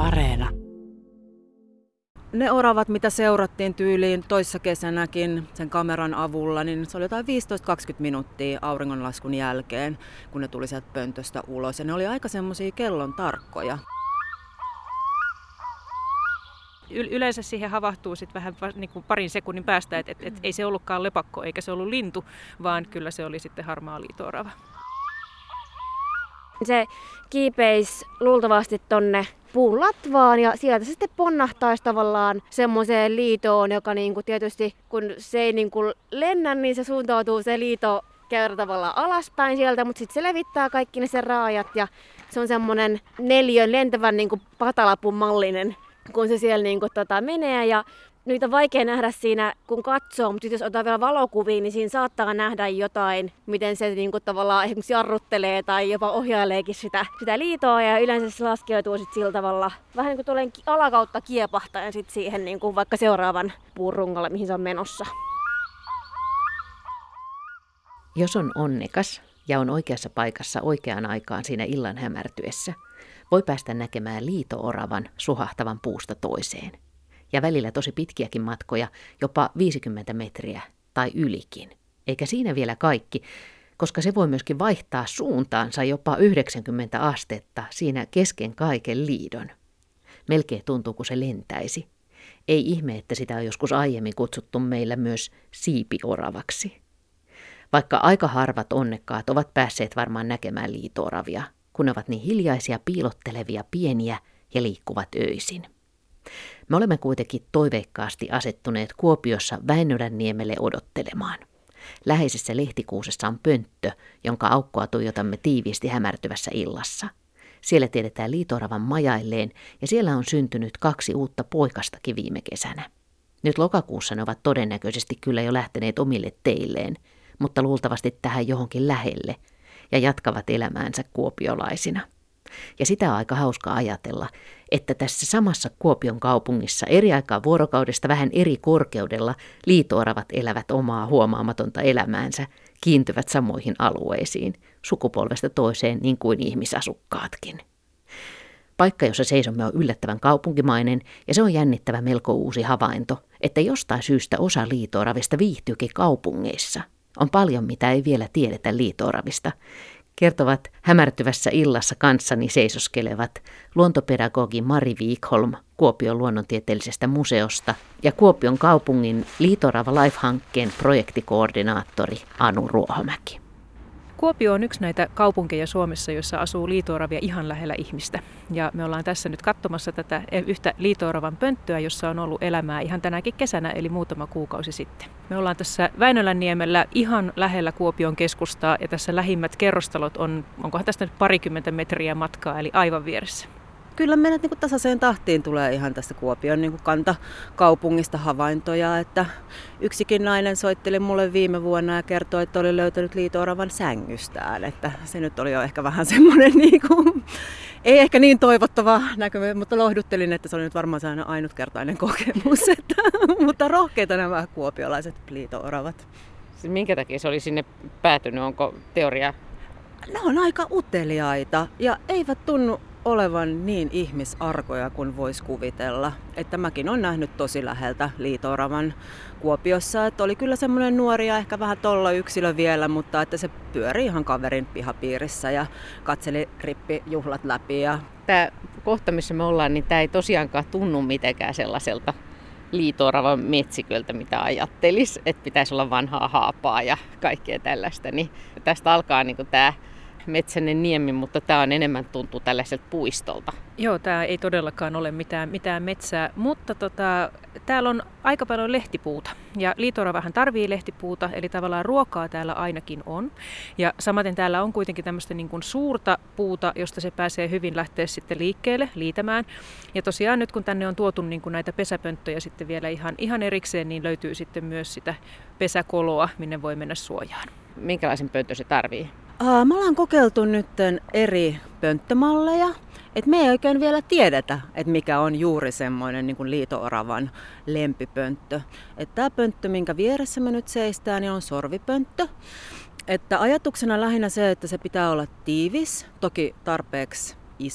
Areena. Ne oravat, mitä seurattiin tyyliin toissa kesänäkin sen kameran avulla, niin se oli jotain 15-20 minuuttia auringonlaskun jälkeen, kun ne tuli sieltä pöntöstä ulos. Ja ne oli aika semmoisia kellon tarkkoja. Yleensä siihen havahtuu sit vähän niin kuin parin sekunnin päästä, että ei se ollutkaan lepakko eikä se ollut lintu, vaan kyllä se oli sitten harmaa liito-orava. Se kiipeisi luultavasti tonne puun latvaan ja sieltä se sitten ponnahtaisi tavallaan semmoiseen liitoon, joka niinku tietysti kun se ei niinku lennä, niin se suuntautuu se liito käydä tavallaan alaspäin sieltä, mutta sitten se levittää kaikki ne sen raajat ja se on semmoinen neliön lentävän niinku patalapun mallinen, kun se siellä niinku menee ja niitä on vaikea nähdä siinä, kun katsoo, mutta jos otetaan vielä valokuvia, niin siinä saattaa nähdä jotain, miten se niinku tavallaan esimerkiksi jarruttelee tai jopa ohjaileekin sitä liitoa. Ja yleensä se laskeutuu sitten sillä tavalla vähän niin kuin tuollainen alakautta kiepahtaen sitten siihen niinku vaikka seuraavan puun rungolle, mihin se on menossa. Jos on onnekas ja on oikeassa paikassa oikeaan aikaan siinä illan hämärtyessä, voi päästä näkemään liito-oravan suhahtavan puusta toiseen. Ja välillä tosi pitkiäkin matkoja, jopa 50 metriä tai ylikin. Eikä siinä vielä kaikki, koska se voi myöskin vaihtaa suuntaansa jopa 90 astetta siinä kesken kaiken liidon. Melkein tuntuu, kun se lentäisi. Ei ihme, että sitä on joskus aiemmin kutsuttu meillä myös siipioravaksi. Vaikka aika harvat onnekkaat ovat päässeet varmaan näkemään liito-oravia, kun ne ovat niin hiljaisia, piilottelevia, pieniä ja liikkuvat öisin. Me olemme kuitenkin toiveikkaasti asettuneet Kuopiossa Väinölänniemelle odottelemaan. Läheisessä lehtikuusessa on pönttö, jonka aukkoa tuijotamme tiiviisti hämärtyvässä illassa. Siellä tiedetään liito-oravan majailleen ja siellä on syntynyt 2 uutta poikastakin viime kesänä. Nyt lokakuussa ne ovat todennäköisesti kyllä jo lähteneet omille teilleen, mutta luultavasti tähän johonkin lähelle ja jatkavat elämäänsä kuopiolaisina. Ja sitä on aika hauska ajatella, että tässä samassa Kuopion kaupungissa eri aikaa vuorokaudesta vähän eri korkeudella liito-oravat elävät omaa huomaamatonta elämäänsä, kiintyvät samoihin alueisiin, sukupolvesta toiseen niin kuin ihmisasukkaatkin. Paikka, jossa seisomme, on yllättävän kaupunkimainen ja se on jännittävä melko uusi havainto, että jostain syystä osa liito-oravista viihtyykin kaupungeissa. On paljon, mitä ei vielä tiedetä liito-oravista. Kertovat hämärtyvässä illassa kanssani seisoskelevat luontopedagogi Mari Wikholm Kuopion luonnontieteellisestä museosta ja Kuopion kaupungin Liito-orava Life-hankkeen projektikoordinaattori Anu Ruohomäki. Kuopio on yksi näitä kaupunkeja Suomessa, jossa asuu liito-oravia ihan lähellä ihmistä. Ja me ollaan tässä nyt katsomassa tätä yhtä liito-oravan pönttöä, jossa on ollut elämää ihan tänäkin kesänä, eli muutama kuukausi sitten. Me ollaan tässä Väinölänniemellä ihan lähellä Kuopion keskustaa ja tässä lähimmät kerrostalot onkohan tästä nyt 20 metriä matkaa, eli aivan vieressä. Kyllä meidät niin tasaiseen tahtiin tulee ihan tästä Kuopion niin kantakaupungista havaintoja, että yksikin nainen soitteli mulle viime vuonna ja kertoi, että oli löytänyt liito-oravan sängystään, että se nyt oli jo ehkä vähän semmoinen, ei ehkä niin toivottava näkymä, mutta lohduttelin, että se oli nyt varmaan sellainen ainutkertainen kokemus, mutta rohkeita nämä kuopiolaiset liito-oravat. Minkä takia se oli sinne päätynyt, onko teoria? Ne on aika uteliaita ja eivät tunnu olevan niin ihmisarkoja kuin voisi kuvitella. Että mäkin olen nähnyt tosi läheltä liito-oravan Kuopiossa. Että oli kyllä semmoinen nuori ja ehkä vähän tolla yksilö vielä, mutta että se pyöri ihan kaverin pihapiirissä ja katseli rippijuhlat läpi. Tämä kohta, missä me ollaan, niin tämä ei tosiaankaan tunnu mitenkään sellaiselta liito-oravan metsiköltä, mitä ajattelisi, että pitäisi olla vanhaa haapaa ja kaikkea tällaista. Niin tästä alkaa niin tämä metsäinen niemi, mutta tämä on enemmän tuntuu tällaiselta puistolta. Joo, tämä ei todellakaan ole mitään metsää, mutta täällä on aika paljon lehtipuuta. Ja liito-oravahan tarvii lehtipuuta, eli tavallaan ruokaa täällä ainakin on. Ja samaten täällä on kuitenkin tämmöistä niin kuin suurta puuta, josta se pääsee hyvin lähteä sitten liikkeelle, liitämään. Ja tosiaan nyt kun tänne on tuotu niin kuin näitä pesäpönttöjä sitten vielä ihan erikseen, niin löytyy sitten myös sitä pesäkoloa, minne voi mennä suojaan. Minkälaisen pönttö se tarvii? Me ollaan kokeiltu nyt eri pönttömalleja. Et me ei oikein vielä tiedetä, että mikä on juuri semmoinen niin kuin liito-oravan lempipönttö. Tämä pönttö, minkä vieressä me nyt seistään, niin on sorvipönttö. Että ajatuksena lähinnä se, että se pitää olla tiivis, toki tarpeeksi iso.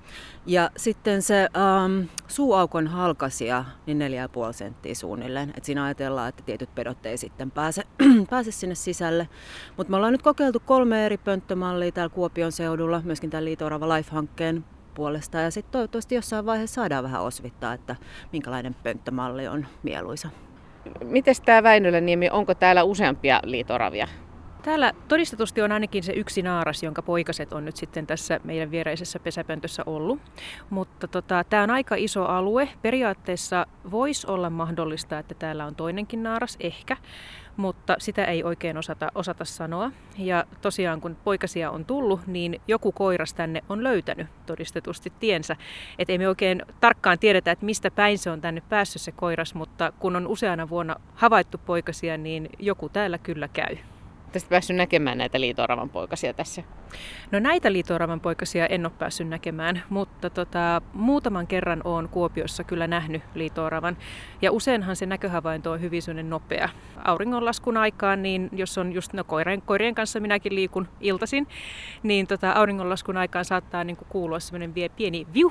Ja sitten se suuaukon halkaisija, niin 4,5 senttiä suunnilleen. Et siinä ajatellaan, että tietyt pedot ei sitten pääse sinne sisälle. Mutta me ollaan nyt kokeiltu 3 eri pönttömallia täällä Kuopion seudulla, myöskin tämän Liito-orava Life-hankkeen puolesta. Ja sitten toivottavasti jossain vaiheessa saadaan vähän osvittaa, että minkälainen pönttömalli on mieluisa. Mites tämä Väinöläniemi, onko täällä useampia liito-oravia? Täällä todistetusti on ainakin se yksi naaras, jonka poikaset on nyt sitten tässä meidän viereisessä pesäpöntössä ollut. Mutta tämä on aika iso alue. Periaatteessa voisi olla mahdollista, että täällä on toinenkin naaras, ehkä, mutta sitä ei oikein osata sanoa. Ja tosiaan kun poikasia on tullut, niin joku koiras tänne on löytänyt todistetusti tiensä. Et ei me oikein tarkkaan tiedetä, että mistä päin se on tänne päässyt se koiras, mutta kun on useana vuonna havaittu poikasia, niin joku täällä kyllä käy. Tästä päässyt näkemään näitä liito-oravan poikasia tässä? No näitä liito-oravan poikasia en ole päässyt näkemään, mutta muutaman kerran olen Kuopiossa kyllä nähnyt liito-oravan. Ja useinhan se näköhavainto on hyvin sellainen nopea. Auringonlaskun aikaan, niin jos on just koirien kanssa minäkin liikun iltaisin, niin auringonlaskun aikaan saattaa niin kuin kuulua sellainen pieni viuh.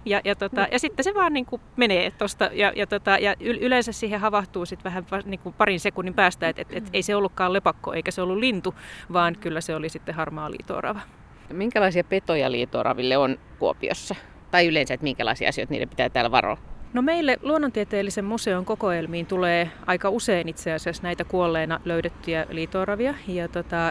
Ja sitten se vaan niin kuin menee tuosta ja yleensä siihen havahtuu sit vähän niin kuin parin sekunnin päästä, että ei se ollutkaan lepakko eikä se ollut lintu, vaan kyllä se oli sitten harmaa liito-orava. Minkälaisia petoja liito-oraville on Kuopiossa? Tai yleensä, että minkälaisia asioita niiden pitää täällä varoa? No meille Luonnontieteellisen museon kokoelmiin tulee aika usein itse asiassa näitä kuolleena löydettyjä liito-oravia. Ja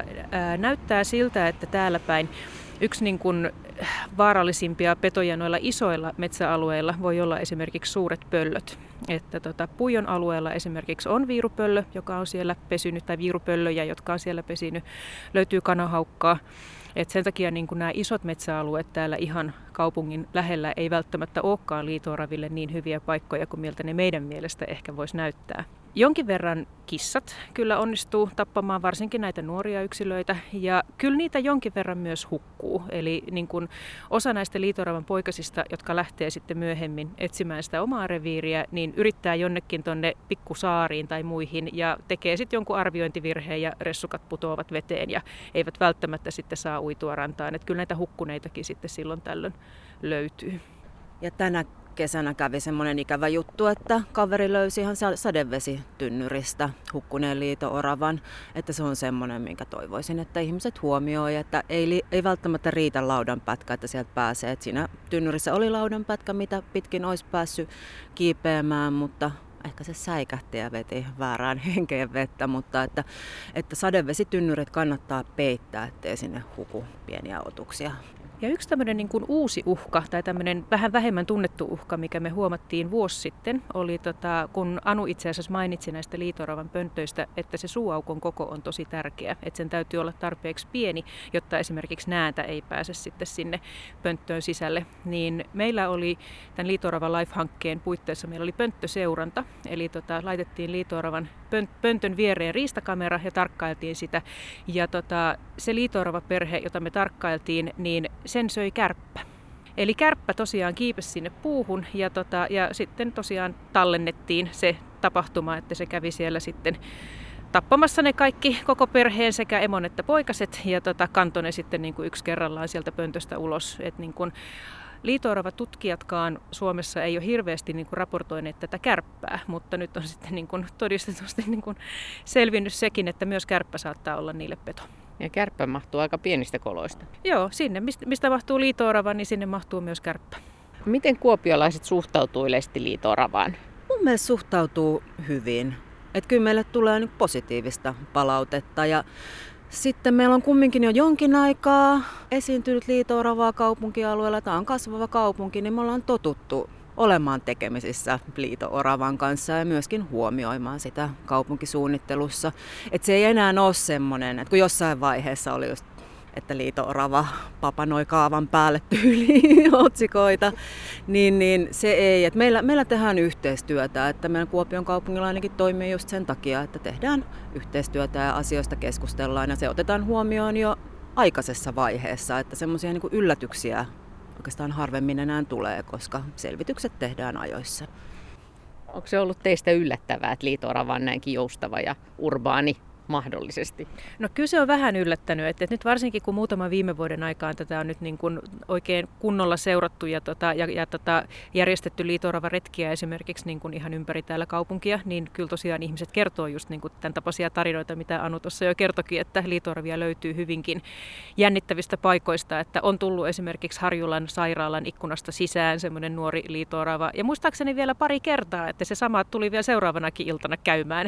näyttää siltä, että täällä päin yksi niin kuin vaarallisimpia petoja noilla isoilla metsäalueilla voi olla esimerkiksi suuret pöllöt. Että Puijon alueella esimerkiksi on viirupöllö, joka on siellä pesynyt, tai viirupöllöjä, jotka on siellä pesinyt. Löytyy kanahaukkaa. Et sen takia niin nämä isot metsäalueet täällä ihan kaupungin lähellä ei välttämättä olekaan liito-oraville niin hyviä paikkoja kuin miltä ne meidän mielestä ehkä voisi näyttää. Jonkin verran kissat kyllä onnistuu tappamaan varsinkin näitä nuoria yksilöitä ja kyllä niitä jonkin verran myös hukkuu. Eli niin kuin osa näistä liito-oravan poikasista, jotka lähtee sitten myöhemmin etsimään sitä omaa reviiriä, niin yrittää jonnekin tonne pikkusaariin tai muihin ja tekee sitten jonkun arviointivirheen ja ressukat putoavat veteen ja eivät välttämättä sitten saa uitua rantaan. Että kyllä näitä hukkuneitakin sitten silloin tällöin löytyy. Ja tänä kesänä kävi semmoinen ikävä juttu, että kaveri löysi ihan sadevesitynnyristä hukkuneen liito-oravan. Että se on semmoinen, minkä toivoisin, että ihmiset huomioi, että ei välttämättä riitä laudanpätkä, että sieltä pääsee. Et siinä tynnyrissä oli laudanpätkä, mitä pitkin olisi päässyt kiipeämään, mutta ehkä se säikähti ja veti väärään henkeen vettä, mutta että sadevesitynnyrit kannattaa peittää, ettei sinne huku pieniä otuksia. Ja yksi tämmöinen niin kuin uusi uhka tai tämmöinen vähän vähemmän tunnettu uhka, mikä me huomattiin vuosi sitten, oli kun Anu itse asiassa mainitsi näistä liito-oravan pönttöistä, että se suuaukon koko on tosi tärkeä. Että sen täytyy olla tarpeeksi pieni, jotta esimerkiksi näätä ei pääse sitten sinne pönttöön sisälle. Niin meillä oli tämän Liito-orava Life-hankkeen puitteissa, meillä oli pönttöseuranta. Eli laitettiin liito-oravan pöntön viereen riistakamera ja tarkkailtiin sitä. Ja se liito-orava perhe, jota me tarkkailtiin, niin sen söi kärppä. Eli kärppä tosiaan kiipesi sinne puuhun ja sitten tosiaan tallennettiin se tapahtuma, että se kävi siellä sitten tappamassa ne kaikki, koko perheen sekä emon että poikaset ja kantoi ne sitten niin kuin yksi kerrallaan sieltä pöntöstä ulos. Et niin kuin liito-orava tutkijatkaan Suomessa ei ole hirveästi niin kuin raportoineet tätä kärppää, mutta nyt on sitten niin kuin todistetusti niin kuin selvinnyt sekin, että myös kärppä saattaa olla niille peto. Ja kärppä mahtuu aika pienistä koloista. Joo, sinne mistä mahtuu liito-orava, niin sinne mahtuu myös kärppä. Miten kuopiolaiset suhtautuu yleisesti liito-oravaan? Mun mielestä suhtautuu hyvin. Että kyllä meille tulee nyt positiivista palautetta ja sitten meillä on kumminkin jo jonkin aikaa esiintynyt liito-oravaa kaupunkialueella. Tämä on kasvava kaupunki, niin me ollaan totuttu olemaan tekemisissä liito-oravan kanssa ja myöskin huomioimaan sitä kaupunkisuunnittelussa. Että se ei enää ole semmoinen, että kun jossain vaiheessa oli just, että liito-orava papanoi kaavan päälle tyyliin otsikoita, niin se ei. Että meillä tehdään yhteistyötä, että meidän Kuopion kaupungilla ainakin toimii just sen takia, että tehdään yhteistyötä ja asioista keskustellaan ja se otetaan huomioon jo aikaisessa vaiheessa, että semmoisia niin kuin yllätyksiä oikeastaan harvemmin enää tulee, koska selvitykset tehdään ajoissa. Onko se ollut teistä yllättävää, että liito-orava on näinkin joustava ja urbaani mahdollisesti? No kyllä se on vähän yllättänyt, että nyt varsinkin kun muutaman viime vuoden aikaan tätä on nyt niin kuin oikein kunnolla seurattu ja järjestetty liito-oravaretkiä esimerkiksi niin kuin ihan ympäri täällä kaupunkia, niin kyllä tosiaan ihmiset kertoo just niin kuin tämän tapaisia tarinoita, mitä Anu tuossa jo kertoikin, että liito-oravia löytyy hyvinkin jännittävistä paikoista, että on tullut esimerkiksi Harjulan sairaalan ikkunasta sisään semmoinen nuori liito-orava ja muistaakseni vielä pari kertaa, että se sama tuli vielä seuraavanakin iltana käymään,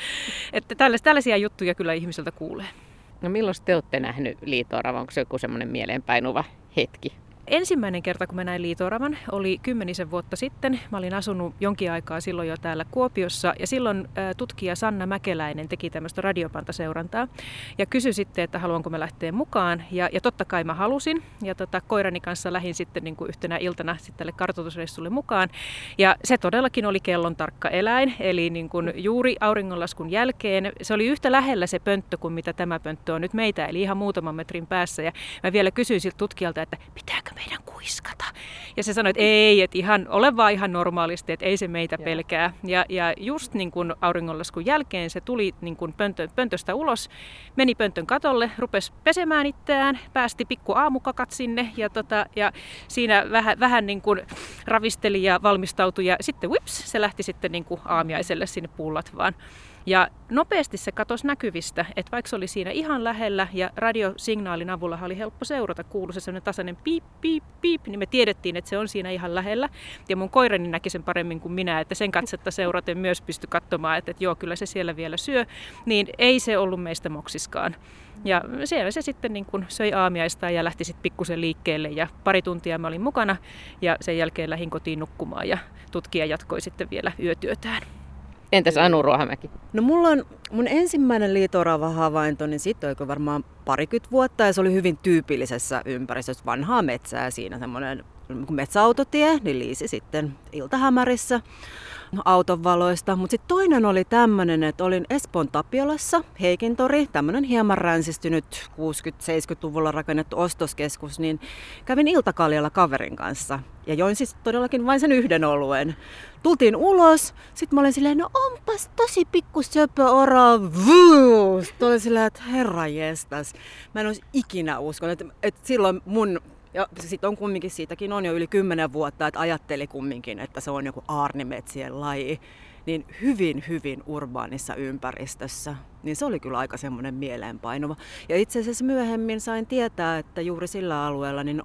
että tällaisia juttuja kyllä ihmisiltä kuulee. No milloin te olette nähnyt liito-oravan? Onko se joku semmoinen mieleenpainuva hetki? Ensimmäinen kerta, kun mä näin liito-oravan, oli 10 vuotta sitten. Mä olin asunut jonkin aikaa silloin jo täällä Kuopiossa ja silloin tutkija Sanna Mäkeläinen teki tämmöistä radiopantaseurantaa ja kysyi sitten, että haluanko mä lähteä mukaan ja totta kai mä halusin ja koirani kanssa lähdin sitten niin kuin yhtenä iltana sitten tälle kartoitusreissulle mukaan ja se todellakin oli kellon tarkka eläin, eli niin kuin juuri auringonlaskun jälkeen se oli yhtä lähellä se pönttö kuin mitä tämä pönttö on nyt meitä, eli ihan muutaman metrin päässä ja mä vielä kysyin siltä tutkijalta, että pitääkö meidän kuiskata. Ja se sanoi, että ei, että ole vaan ihan normaalisti, että ei se meitä pelkää. Ja just niin kuin auringonlaskun jälkeen se tuli niin kuin pöntöstä ulos, meni pöntön katolle, rupesi pesemään itseään, päästi pikku aamukakat sinne ja siinä vähän niin kuin ravisteli ja valmistautui ja sitten whips, se lähti sitten niin kuin aamiaiselle sinne puulatvaan. Ja nopeasti se katosi näkyvistä, että vaikka se oli siinä ihan lähellä ja radiosignaalin avulla oli helppo seurata, kuului se sellainen tasainen piip, piip, piip, niin me tiedettiin, että se on siinä ihan lähellä. Ja mun koirani näki sen paremmin kuin minä, että sen katsetta seuraten myös pystyi katsomaan, että joo, kyllä se siellä vielä syö, niin ei se ollut meistä moksiskaan. Ja siellä se sitten niin kuin söi aamiaista ja lähti sitten pikkusen liikkeelle ja pari tuntia mä olin mukana ja sen jälkeen lähdin kotiin nukkumaan ja tutkija jatkoi sitten vielä yötyötään. Entäs Anu Ruohamäki? No mulla on mun ensimmäinen liito-orava-havainto, niin sitten oliko varmaan 20 vuotta ja se oli hyvin tyypillisessä ympäristössä, vanhaa metsää, siinä semmoinen metsäautotie, niin liisi sitten iltahämärissä auton valoista. Mutta sitten toinen oli tämmöinen, että olin Espoon Tapiolassa, Heikintori, tämmöinen hieman ränsistynyt 60-70-luvulla rakennettu ostoskeskus, niin kävin iltakaljalla kaverin kanssa ja join siis todellakin vain sen yhden oluen. Tultiin ulos, sitten mä olin silleen, no onpas tosi pikku söpö orava. Sitten olin silleen, että herranjestas. Mä en olisi ikinä uskonut, että silloin ja sitten on kumminkin, siitäkin on jo yli 10 vuotta, että ajatteli kumminkin, että se on joku aarnimetsien laji. Niin hyvin, hyvin urbaanissa ympäristössä. Niin se oli kyllä aika semmoinen mieleenpainuva. Ja itse asiassa myöhemmin sain tietää, että juuri sillä alueella niin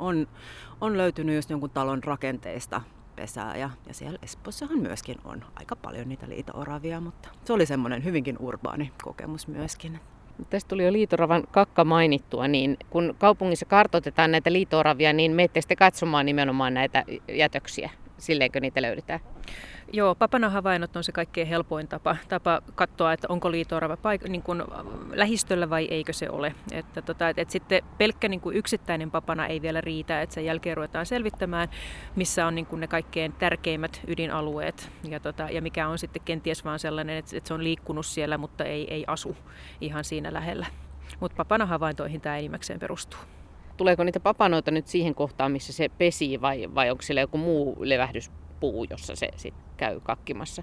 on löytynyt just jonkun talon rakenteista pesää. Ja siellä Espoossahan myöskin on aika paljon niitä liito-oravia, mutta se oli semmoinen hyvinkin urbaani kokemus myöskin. Tästä tuli jo liito-oravan kakka mainittua, niin kun kaupungissa kartoitetaan näitä liito-oravia, niin menette sitten katsomaan nimenomaan näitä jätöksiä, silleenkö niitä löydetään? Joo, papanahavainnot on se kaikkein helpoin tapa katsoa, että onko liito-orava niin kuin lähistöllä vai eikö se ole. Että sitten pelkkä niin kuin yksittäinen papana ei vielä riitä, että sen jälkeen ruvetaan selvittämään, missä on niin kuin ne kaikkein tärkeimmät ydinalueet ja mikä on sitten kenties vaan sellainen, että se on liikkunut siellä, mutta ei asu ihan siinä lähellä. Mutta papanahavaintoihin tämä enimmäkseen perustuu. Tuleeko niitä papanoita nyt siihen kohtaan, missä se pesii vai onko siellä joku muu levähdyspuu, jossa se sitten käy kakkimassa?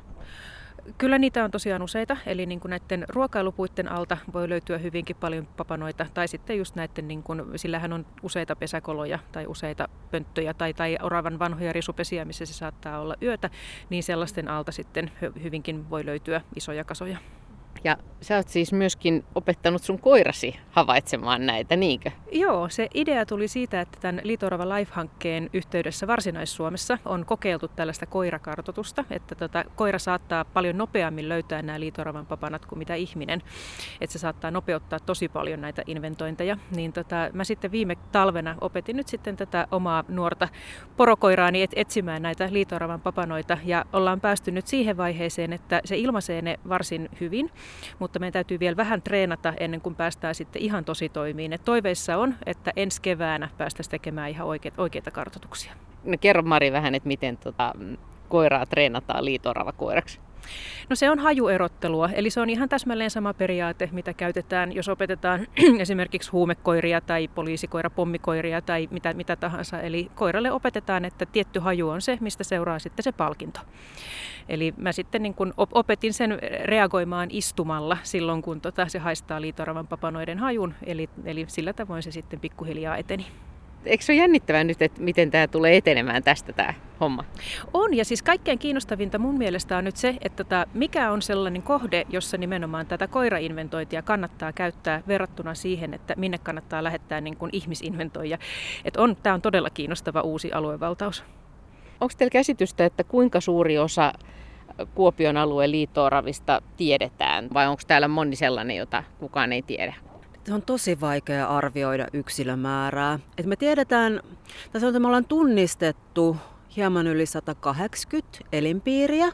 Kyllä niitä on tosiaan useita, eli niin kuin näiden ruokailupuitten alta voi löytyä hyvinkin paljon papanoita, tai sitten just näiden, niin kuin, sillähän on useita pesäkoloja tai useita pönttöjä tai oravan vanhoja risupesiä, missä se saattaa olla yötä, niin sellaisten alta sitten hyvinkin voi löytyä isoja kasoja. Ja sä oot siis myöskin opettanut sun koirasi havaitsemaan näitä, niinkö? Joo, se idea tuli siitä, että tämän Liito-orava Life-hankkeen yhteydessä Varsinais-Suomessa on kokeiltu tällaista koirakartoitusta, että koira saattaa paljon nopeammin löytää nämä liito-oravan papanat kuin mitä ihminen. Että se saattaa nopeuttaa tosi paljon näitä inventointeja. Niin mä sitten viime talvena opetin nyt sitten tätä omaa nuorta porokoiraani etsimään näitä liito-oravan papanoita ja ollaan päästy nyt siihen vaiheeseen, että se ilmaisee ne varsin hyvin. Mutta meidän täytyy vielä vähän treenata ennen kuin päästään sitten ihan tositoimiin. Et toiveissa on, että ensi keväänä päästäisiin tekemään ihan oikeita kartoituksia. No kerro Mari vähän, että miten koiraa treenataan liito-orava koiraksi. No se on hajuerottelua, eli se on ihan täsmälleen sama periaate, mitä käytetään, jos opetetaan esimerkiksi huumekoiria tai poliisikoira, pommikoiria tai mitä tahansa. Eli koiralle opetetaan, että tietty haju on se, mistä seuraa sitten se palkinto. Eli mä sitten niin kun opetin sen reagoimaan istumalla silloin, kun se haistaa liito-oravan papanoiden hajun, eli sillä tavoin se sitten pikkuhiljaa eteni. Eikö se ole jännittävää nyt, että miten tämä tulee etenemään tästä tämä homma? On, ja siis kaikkein kiinnostavinta mun mielestä on nyt se, että mikä on sellainen kohde, jossa nimenomaan tätä koirainventointia kannattaa käyttää verrattuna siihen, että minne kannattaa lähettää niin kuin ihmisinventoija. Tämä on todella kiinnostava uusi aluevaltaus. Onko teillä käsitystä, että kuinka suuri osa Kuopion alueen liito-oravista tiedetään, vai onko täällä moni sellainen, jota kukaan ei tiedä? Se on tosi vaikea arvioida yksilömäärää. Et me tiedetään, että me ollaan tunnistettu hieman yli 180 elinpiiriä.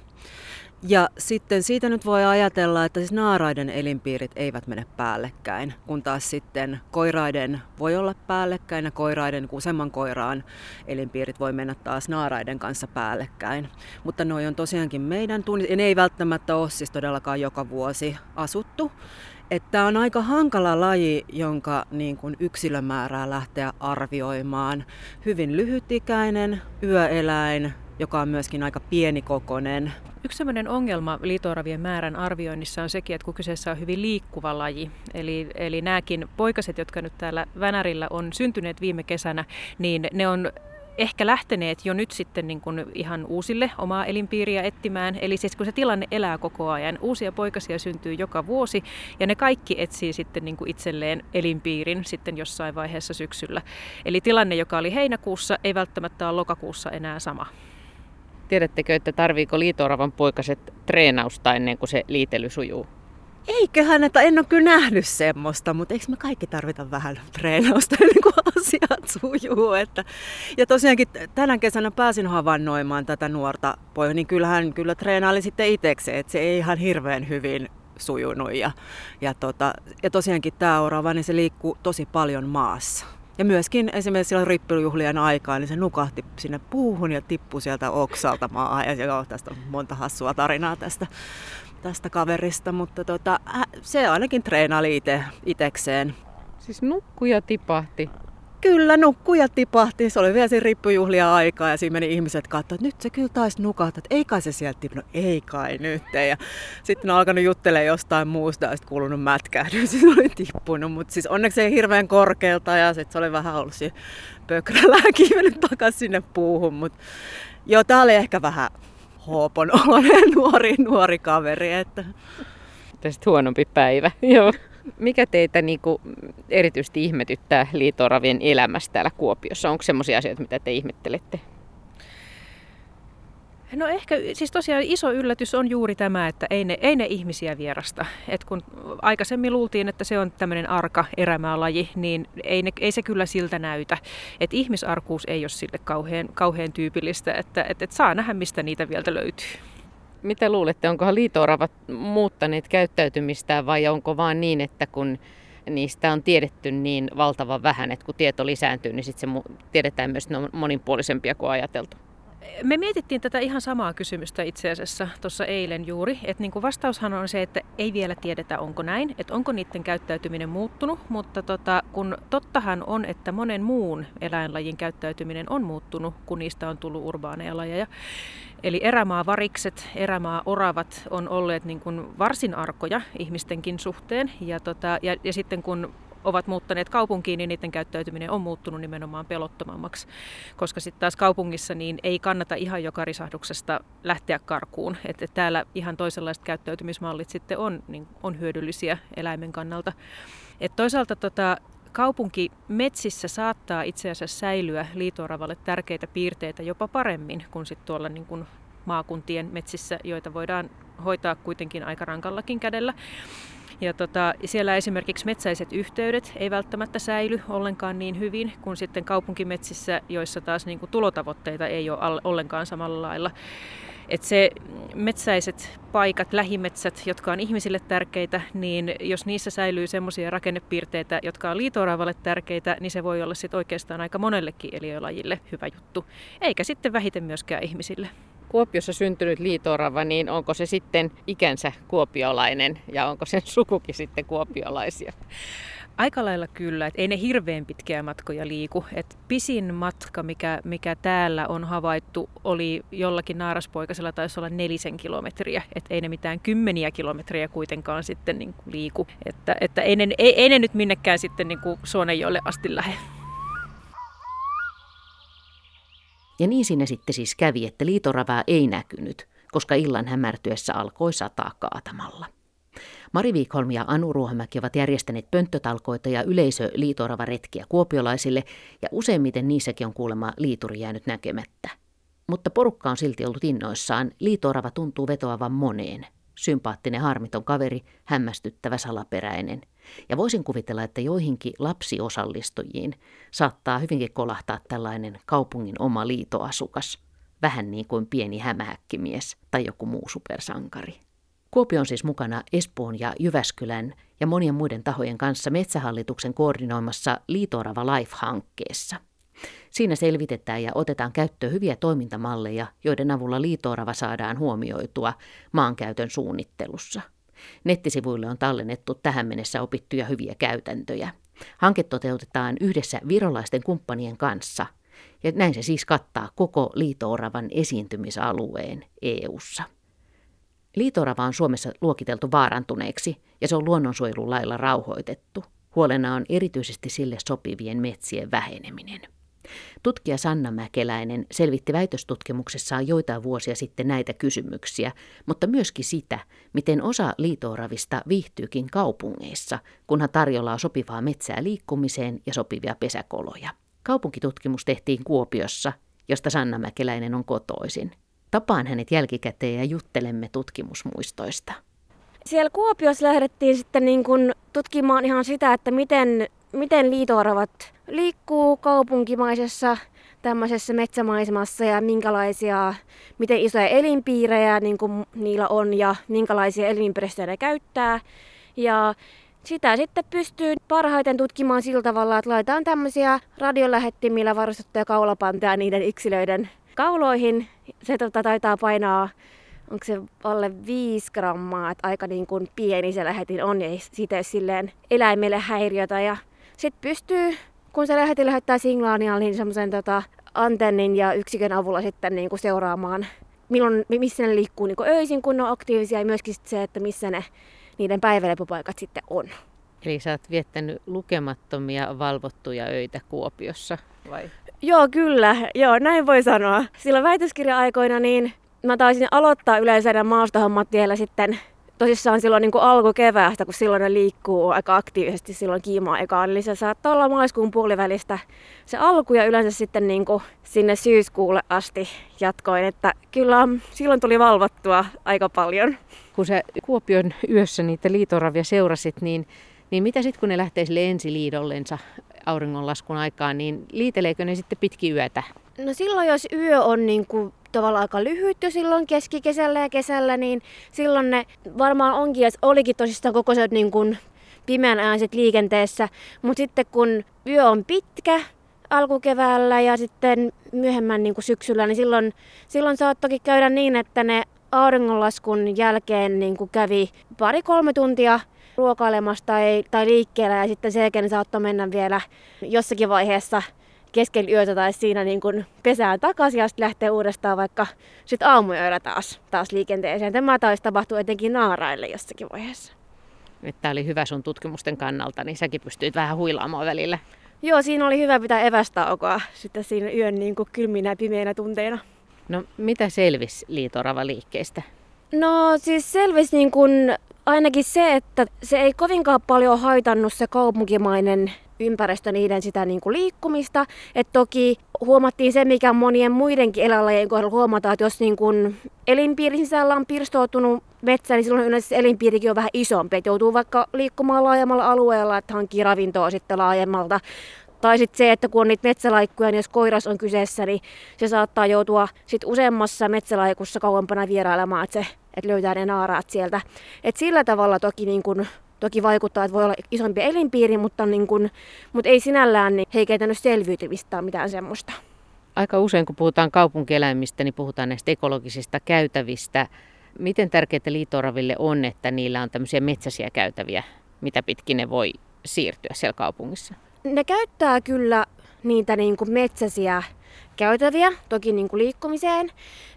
Ja sitten siitä nyt voi ajatella, että siis naaraiden elinpiirit eivät mene päällekkäin, kun taas sitten koiraiden voi olla päällekkäin ja useamman koiraan elinpiirit voi mennä taas naaraiden kanssa päällekkäin. Mutta noi on tosiaankin meidän ja ne ei välttämättä ole siis todellakaan joka vuosi asuttu. Tämä on aika hankala laji, jonka niin kuin yksilömäärää lähteä arvioimaan. Hyvin lyhytikäinen yöeläin, joka on myöskin aika pienikokoinen. Yksi sellainen ongelma liito-oravien määrän arvioinnissa on sekin, että kun kyseessä on hyvin liikkuva laji, eli nämäkin poikaset, jotka nyt täällä Vänärillä on syntyneet viime kesänä, niin ne on ehkä lähteneet jo nyt sitten niin kuin ihan uusille omaa elinpiiriä etsimään. Eli siis kun se tilanne elää koko ajan, uusia poikasia syntyy joka vuosi ja ne kaikki etsii sitten niin kuin itselleen elinpiirin sitten jossain vaiheessa syksyllä. Eli tilanne, joka oli heinäkuussa, ei välttämättä ole lokakuussa enää sama. Tiedättekö, että tarviiko liito-oravan poikaset treenausta ennen kuin se liitely sujuu? Eiköhän, että en ole kyllä nähnyt semmoista, mutta eikö me kaikki tarvita vähän treenausta ennen kuin asiat sujuu. Ja tosiaankin tänä kesänä pääsin havainnoimaan tätä nuorta poikaa, niin kyllähän kyllä treenaili sitten itsekseen, että se ei ihan hirveän hyvin sujunut. Ja tosiaankin tämä orava, niin se liikkuu tosi paljon maassa. Ja myöskin esimerkiksi silloin rippeilyjuhlien aikaa, niin se nukahti sinne puuhun ja tippui sieltä oksalta maahan. Ja tästä on monta hassua tarinaa tästä kaverista, mutta se ainakin treenaili itsekseen. Siis nukkui ja tipahti? Kyllä, nukkui ja tipahti. Se oli vielä siinä rippeilyjuhlia aikaa ja siinä meni ihmiset katsoivat, että nyt se kyllä taisi nukahtaa, että ei kai se sieltä tippunut, ei kai nyt. Ja sitten on alkanut juttelemaan jostain muusta ja sitten kuulunut mätkähdys, se oli tippunut. Mutta siis onneksi ei hirveän korkealta ja sitten se oli vähän ollut siinä pökrällään kiivennyt takaisin sinne puuhun. Mutta joo, tää oli ehkä vähän hoopon oloinen nuori kaveri. Tästä huonompi päivä, joo. Mikä teitä erityisesti ihmetyttää liito-oravien elämässä täällä Kuopiossa? Onko sellaisia asioita, mitä te ihmettelette? No ehkä, siis tosiaan iso yllätys on juuri tämä, että ei ne ihmisiä vierasta. Et kun aikaisemmin luultiin, että se on tämmöinen arka erämaalaji, niin ei se kyllä siltä näytä. Et ihmisarkuus ei ole sille kauhean tyypillistä, että saa nähdä, mistä niitä vielä löytyy. Mitä luulette, onkohan liito-oravat muuttaneet käyttäytymistään vai onko vaan niin, että kun niistä on tiedetty niin valtavan vähän, että kun tieto lisääntyy, niin sitten se tiedetään myös, että ne on monipuolisempia kuin ajateltu? Me mietittiin tätä ihan samaa kysymystä itse asiassa tuossa eilen juuri, että niin kuin vastaushan on se, että ei vielä tiedetä onko näin, että onko niiden käyttäytyminen muuttunut, mutta kun tottahan on, että monen muun eläinlajin käyttäytyminen on muuttunut, kun niistä on tullut urbaaneja lajeja. Eli erämaavarikset, erämaa-oravat on olleet niin kuin varsin arkoja ihmistenkin suhteen ja sitten kun ovat muuttaneet kaupunkiin, niin niiden käyttäytyminen on muuttunut nimenomaan pelottomammaksi. Koska sitten taas kaupungissa niin ei kannata ihan joka risahduksesta lähteä karkuun. Että täällä ihan toisenlaiset käyttäytymismallit sitten on hyödyllisiä eläimen kannalta. Et toisaalta kaupunkimetsissä saattaa itse asiassa säilyä liito-oravalle tärkeitä piirteitä jopa paremmin kuin sitten tuolla niin kuin maakuntien metsissä, joita voidaan hoitaa kuitenkin aika rankallakin kädellä. Ja siellä esimerkiksi metsäiset yhteydet ei välttämättä säily ollenkaan niin hyvin kuin sitten kaupunkimetsissä, joissa taas niin kuin tulotavoitteita ei ole ollenkaan samalla lailla. Et se metsäiset paikat, lähimetsät, jotka on ihmisille tärkeitä, niin jos niissä säilyy semmoisia rakennepiirteitä, jotka on liito-oravalle tärkeitä, niin se voi olla sit oikeastaan aika monellekin eliölajille hyvä juttu. Eikä sitten vähiten myöskään ihmisille. Kuopiossa syntynyt liito-orava, niin onko se sitten ikänsä kuopiolainen ja onko sen sukukin sitten kuopiolaisia? Aika lailla kyllä, että ei ne hirveän pitkiä matkoja liiku. Et pisin matka, mikä täällä on havaittu, oli jollakin naaraspoikasella taisi olla 4 kilometriä. Et ei ne mitään 10 kilometriä kuitenkaan sitten niin kuin liiku. Että ei ne nyt minnekään sitten niin kuin Suonenjoelle asti lähde. Ja niin siinä sitten siis kävi, että liito-oravaa ei näkynyt, koska illan hämärtyessä alkoi sataa kaatamalla. Mari Wikholm ja Anu Ruohomäki ovat järjestäneet pönttötalkoita ja liito-oravaretkiä kuopiolaisille, ja useimmiten niissäkin on kuulemma liituri jäänyt näkemättä. Mutta porukka on silti ollut innoissaan. Liito-orava tuntuu vetoavan moneen. Sympaattinen, harmiton kaveri, hämmästyttävä, salaperäinen. Ja voisin kuvitella, että joihinkin lapsiosallistujiin saattaa hyvinkin kolahtaa tällainen kaupungin oma liitoasukas. Vähän niin kuin pieni hämähäkkimies tai joku muu supersankari. Kuopio on siis mukana Espoon ja Jyväskylän ja monien muiden tahojen kanssa Metsähallituksen koordinoimassa Liito-orava Life-hankkeessa. Siinä selvitetään ja otetaan käyttöön hyviä toimintamalleja, joiden avulla liito-orava saadaan huomioitua maankäytön suunnittelussa. Nettisivuille on tallennettu tähän mennessä opittuja hyviä käytäntöjä. Hanke toteutetaan yhdessä virolaisten kumppanien kanssa, ja näin se siis kattaa koko liito-oravan esiintymisalueen EU:ssa. Liito-orava on Suomessa luokiteltu vaarantuneeksi ja se on luonnonsuojelulailla rauhoitettu. Huolena on erityisesti sille sopivien metsien väheneminen. Tutkija Sanna Mäkeläinen selvitti väitöstutkimuksessaan joitain vuosia sitten näitä kysymyksiä, mutta myöskin sitä, miten osa liito-oravista viihtyykin kaupungeissa, kunhan tarjolla on sopivaa metsää liikkumiseen ja sopivia pesäkoloja. Kaupunkitutkimus tehtiin Kuopiossa, josta Sanna Mäkeläinen on kotoisin. Tapaan hänet jälkikäteen ja juttelemme tutkimusmuistoista. Siellä Kuopiossa lähdettiin sitten niin kuin tutkimaan ihan sitä, että miten liito-oravat liikkuu kaupunkimaisessa tämmöisessä metsämaisemassa ja miten isoja elinpiirejä niin kuin niillä on ja minkälaisia elinympäristöjä ne käyttää. Ja sitä sitten pystyy parhaiten tutkimaan sillä tavalla, että laitetaan tämmöisiä radiolähettimillä varustettuja kaulapanteja niiden yksilöiden kauloihin. Se taitaa painaa, onko se alle 5 grammaa, että aika niin kuin pieni se lähetin on, ja siitä ei silleen eläimelle häiriötä. Ja sitten pystyy, kun se lähetin lähettää signaalia, niin semmoisen antennin ja yksikön avulla sitten niin kuin seuraamaan, missä ne liikkuu niin kuin öisin, kun ne on aktiivisia, ja myöskin se, että missä ne niiden päivälepopaikat sitten on. Eli sä oot viettänyt lukemattomia valvottuja öitä Kuopiossa, vai? Joo, kyllä. Joo, näin voi sanoa. Silloin väitöskirja-aikoina niin mä taisin aloittaa yleensä nämä maastohommat vielä sitten tosissaan silloin niin kuin alkukeväästä, kun silloin ne liikkuu aika aktiivisesti silloin kiimaa ekaan. Eli se saattaa olla maaliskuun puolivälistä se alku ja yleensä sitten niin kuin sinne syyskuulle asti jatkoin. Että kyllä silloin tuli valvottua aika paljon. Kun sä Kuopion yössä niitä liito-oravia seurasit, niin mitä sitten kun ne lähtee sille ensiliidollensa auringonlaskun aikaan, niin liiteleekö ne sitten pitkin yötä? No silloin jos yö on niin kuin tavallaan aika lyhyt jo silloin keskikesällä ja kesällä, niin silloin ne varmaan onkin ja olikin tosissaan koko se niin kuin pimeän ajan liikenteessä. Mutta sitten kun yö on pitkä alkukeväällä ja sitten myöhemmän niin kuin syksyllä, niin silloin saattokin käydä niin, että ne auringonlaskun jälkeen niin kuin kävi 2-3 tuntia ruokailemassa tai liikkeellä ja sitten sen jälkeen saattoi mennä vielä jossakin vaiheessa keskellä yötä tai siinä niin kuin pesään takaisin ja sitten lähtee uudestaan vaikka sitten aamuyöllä taas liikenteeseen. Tämä taisi tapahtua etenkin naaraille jossakin vaiheessa. Tämä oli hyvä sun tutkimusten kannalta, niin säkin pystyit vähän huilaamaan välillä. Joo, siinä oli hyvä pitää evästaukoa sitten siinä yön niin kuin kylminä ja pimeinä tunteina. No mitä selvisi liito-oravan liikkeestä? No siis selvisi niin kuin ainakin se, että se ei kovinkaan paljon haitannut se kaupunkimainen ympäristö niiden sitä niin kuin liikkumista. Et toki huomattiin se, mikä monien muidenkin eläinlajien kohdalla huomataan, että jos niin kuin elinpiirin sisällä on pirstoutunut metsä, niin silloin yleensä elinpiirikin on vähän isompi. Et joutuu vaikka liikkumaan laajemmalla alueella, että hankkii ravintoa sitten laajemmalta. Tai sitten se, että kun on niitä metsälaikkuja, niin jos koiras on kyseessä, niin se saattaa joutua sit useammassa metsälaikussa kauempana vierailemaan, että löytää ne naaraat sieltä. Et sillä tavalla toki vaikuttaa, että voi olla isompi elinpiiri, mutta ei sinällään niin heikentänyt selviytymistä tai mitään semmoista. Aika usein kun puhutaan kaupunkieläimistä, niin puhutaan näistä ekologisista käytävistä. Miten tärkeää liito-oraville on, että niillä on tämmöisiä metsäisiä käytäviä, mitä pitkin ne voi siirtyä siellä kaupungissa? Ne käyttää kyllä niitä niin kuin metsäisiä käytäviä, toki niin kuin liikkumiseen.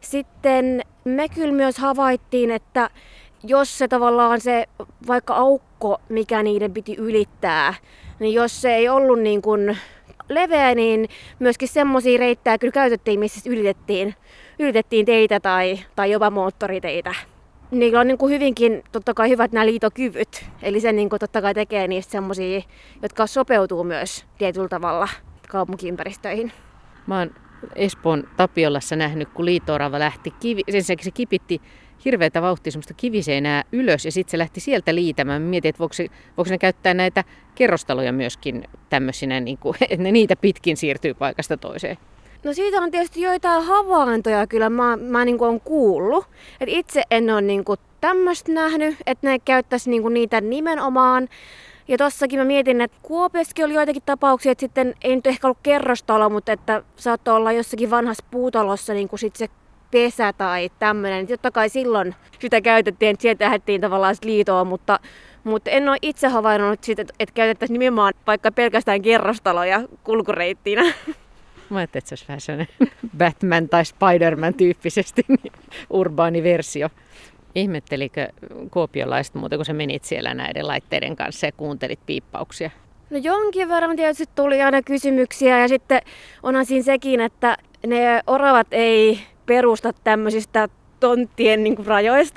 Sitten me kyllä myös havaittiin, että jos se tavallaan se vaikka aukko, mikä niiden piti ylittää, niin jos se ei ollut niin kuin leveä, niin myöskin semmoisia reittejä kyllä käytettiin, missä ylitettiin teitä tai jopa moottoriteitä. Niillä on niin kuin hyvinkin totta kai hyvät nämä liitokyvyt, eli se niin kuin totta kai tekee niistä semmoisia, jotka sopeutuu myös tietyllä tavalla kaupunkiympäristöihin. Mä oon Espoon Tapiolassa nähnyt, kun liito-orava lähti, se kipitti hirveätä vauhtia semmoista kiviseinää ylös ja sitten se lähti sieltä liitämään. Mietin, että voiko ne käyttää näitä kerrostaloja myöskin tämmöisinä, niin kuin, että ne niitä pitkin siirtyy paikasta toiseen. No siitä on tietysti joitain havaintoja kyllä mä niin kuin olen kuullut. Et itse en ole niin kuin tämmöistä nähnyt, että ne käyttäisi niin kuin niitä nimenomaan. Ja tossakin mä mietin, että Kuopiossakin oli joitakin tapauksia, että sitten ei nyt ehkä ollut kerrostalo, mutta että saattoi olla jossakin vanhassa puutalossa niin kuin sit se pesä tai tämmöinen. Totta kai silloin sitä käytettiin, että sieltä lähdettiin tavallaan liitoon, mutta en ole itse havainnut sitä, että käytettäisiin nimenomaan vaikka pelkästään kerrostaloja kulkureittinä. Mä ajattelin, että se olisi vähän sellainen Batman tai Spider-Man tyyppisesti niin urbaani versio. Ihmettelikö kuopiolaiset muuten, kun sä menit siellä näiden laitteiden kanssa ja kuuntelit piippauksia? No jonkin verran tietysti tuli aina kysymyksiä ja sitten onhan siinä sekin, että ne oravat ei perusta tämmöisistä tonttien niin kuin rajoista.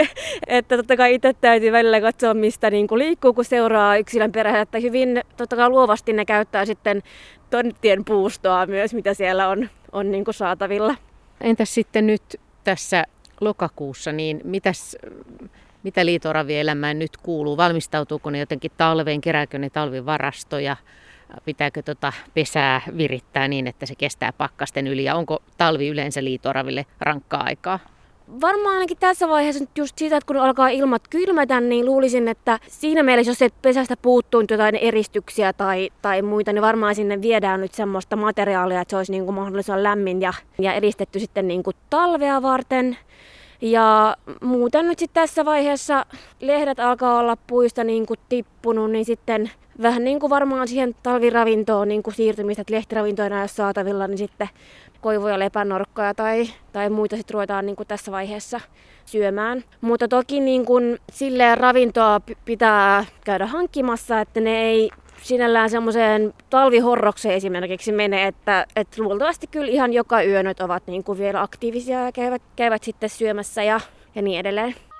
Että totta kai itse täytyy välillä katsoa, mistä niin kuin liikkuu, kun seuraa yksilön perään. Että hyvin totta kai luovasti ne käyttää sitten tonttien puustoa myös, mitä siellä on niin kuin saatavilla. Entäs sitten nyt tässä lokakuussa, niin mitä liito-oravien elämään nyt kuuluu? Valmistautuuko ne jotenkin talveen? Kerääkö ne talvivarastoja? Pitääkö pesää virittää niin, että se kestää pakkasten yli? Ja onko talvi yleensä liito-oraville rankkaa aikaa? Varmaan ainakin tässä vaiheessa just siitä, että kun alkaa ilmat kylmätä, niin luulisin, että siinä mielessä, jos pesästä puuttuu jotain eristyksiä tai muita, niin varmaan sinne viedään nyt semmoista materiaalia, että se olisi niin kuin mahdollisimman lämmin ja eristetty sitten niin kuin talvea varten. Ja muuten nyt sitten tässä vaiheessa lehdet alkaa olla puista niin kuin tippunut, niin sitten vähän niin kuin varmaan siihen talviravintoon niin kuin siirtymistä, että lehtiravintoina jos saatavilla, niin sitten koivuja, lepänorkkoja tai muita sitten ruvetaan niin kuin tässä vaiheessa syömään. Mutta toki niin kuin silleen ravintoa pitää käydä hankkimassa, että ne ei sinällään semmoiseen talvihorrokseen esimerkiksi mene, että luultavasti kyllä ihan joka yö nyt ovat niin kuin vielä aktiivisia ja käyvät sitten syömässä ja niin edelleen.